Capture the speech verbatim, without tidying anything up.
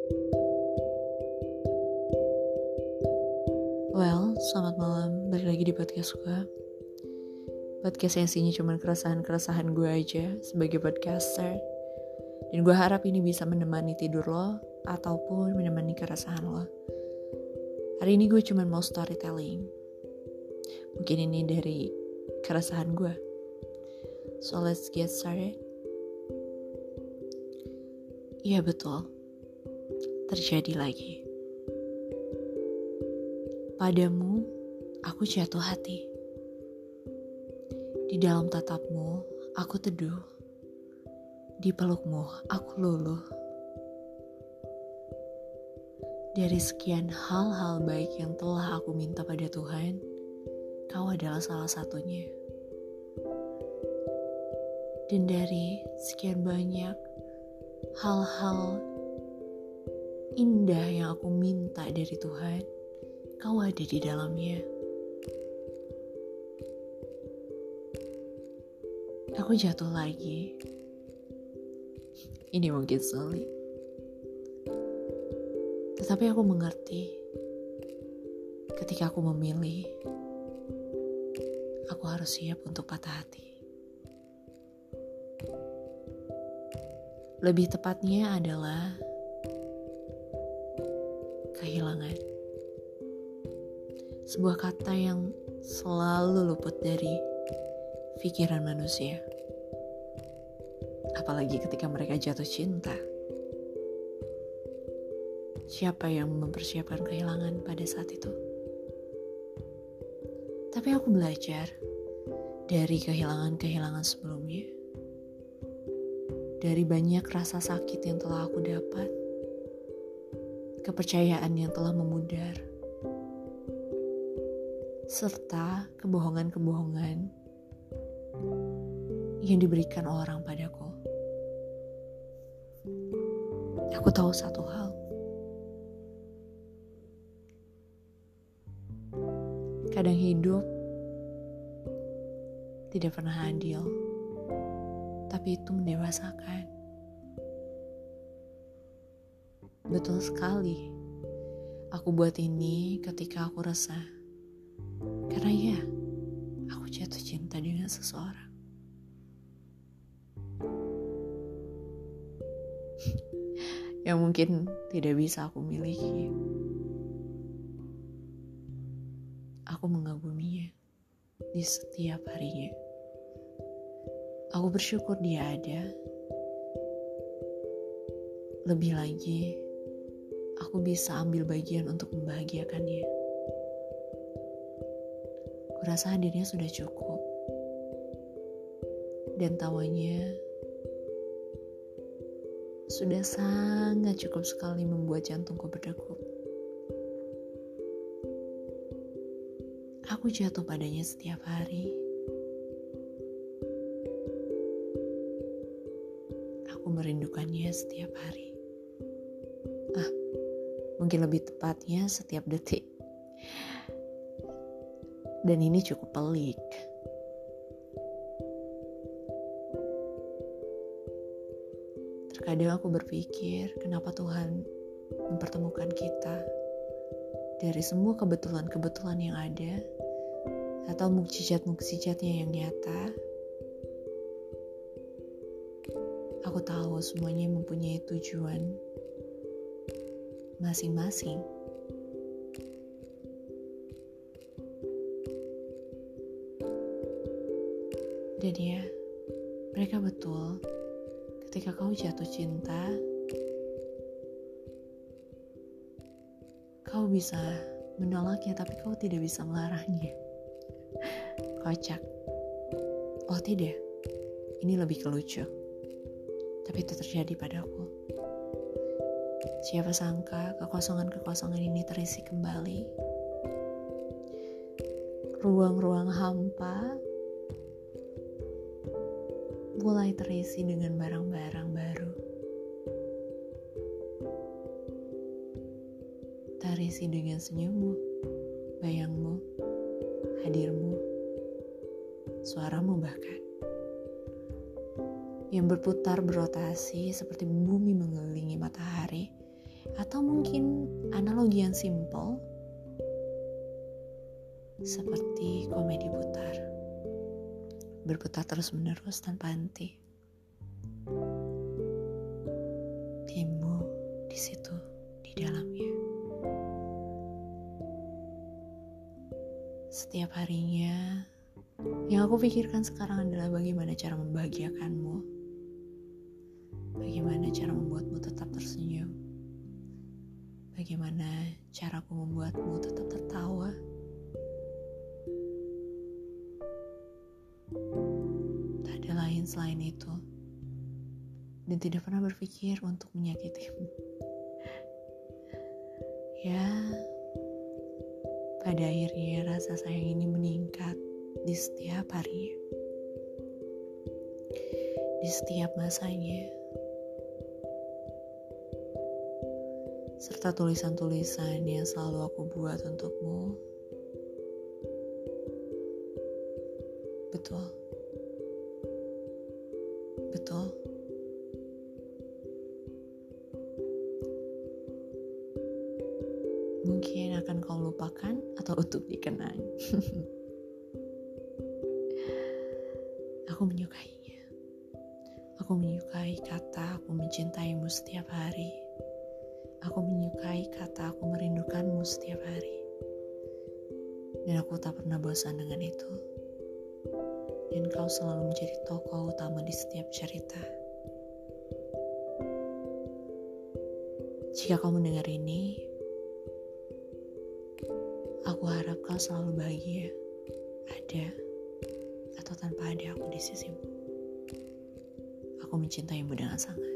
Well, selamat malam. Balik lagi di podcast gue. Podcast yang isinya cuma keresahan-keresahan gue aja sebagai podcaster. Dan gue harap ini bisa menemani tidur lo ataupun menemani keresahan lo. Hari ini gue cuma mau storytelling. Mungkin ini dari keresahan gue. So let's get started. Iya betul, terjadi lagi. Padamu, aku jatuh hati. Di dalam tatapmu, aku teduh. Di pelukmu, aku luluh. Dari sekian hal-hal baik yang telah aku minta pada Tuhan, kau adalah salah satunya. Dan dari sekian banyak hal-hal indah yang aku minta dari Tuhan, kau ada di dalamnya. Aku jatuh lagi. Ini mungkin sulit, tetapi aku mengerti. Ketika aku memilih, aku harus siap untuk patah hati. Lebih tepatnya adalah kehilangan. Sebuah kata yang selalu luput dari pikiran manusia. Apalagi ketika mereka jatuh cinta. Siapa yang mempersiapkan kehilangan pada saat itu? Tapi aku belajar dari kehilangan-kehilangan sebelumnya. Dari banyak rasa sakit yang telah aku dapat. Kepercayaan yang telah memudar. Serta kebohongan-kebohongan yang diberikan orang padaku. Aku tahu satu hal. Kadang hidup tidak pernah adil, tapi itu mendewasakan. Betul sekali. Aku buat ini ketika aku resah. Karena ya, aku jatuh cinta dengan seseorang. Yang mungkin tidak bisa aku miliki. Aku mengaguminya di setiap harinya. Aku bersyukur dia ada. Lebih lagi, aku bisa ambil bagian untuk membahagiakannya. Kurasa hadirnya sudah cukup. Dan tawanya sudah sangat cukup sekali membuat jantungku berdegup. Aku jatuh padanya setiap hari. Aku merindukannya setiap hari. Ah, mungkin lebih tepatnya setiap detik. Dan ini cukup pelik. Terkadang aku berpikir, kenapa Tuhan mempertemukan kita dari semua kebetulan-kebetulan yang ada atau mukjizat-mukjizatnya yang nyata. Aku tahu semuanya mempunyai tujuan masing-masing. Dan ya, mereka betul. Ketika kau jatuh cinta, kau bisa menolaknya, tapi kau tidak bisa melarangnya. Kocak. Oh tidak, ini lebih ke lucu. Tapi itu terjadi padaku. Siapa sangka kekosongan-kekosongan ini terisi kembali. Ruang-ruang hampa mulai terisi dengan barang-barang baru. Terisi dengan senyummu, bayangmu, hadirmu, suaramu bahkan. Yang berputar berotasi seperti bumi mengelilingi matahari Atau mungkin analogi yang simpel seperti komedi putar, berputar terus-menerus tanpa henti. Timmu di situ, di dalamnya. Setiap harinya, yang aku pikirkan sekarang adalah bagaimana cara membahagiakanmu, bagaimana cara membuatmu tetap tersenyum, bagaimana caraku membuatmu tetap tertawa. Tak ada lain selain itu, dan tidak pernah berpikir untuk menyakitimu. Ya, pada akhirnya rasa sayang ini meningkat di setiap harinya, di setiap masanya, serta tulisan-tulisan yang selalu aku buat untukmu. Betul, betul. Mungkin akan kau lupakan atau untuk dikenang. Aku menyukainya. Aku menyukai kata aku mencintaimu setiap hari. Aku menyukai kata aku merindukanmu setiap hari. Dan aku tak pernah bosan dengan itu. Dan kau selalu menjadi tokoh utama di setiap cerita. Jika kau mendengar ini, aku harap kau selalu bahagia, ada atau tanpa ada aku di sisimu. Aku mencintaimu dengan sangat.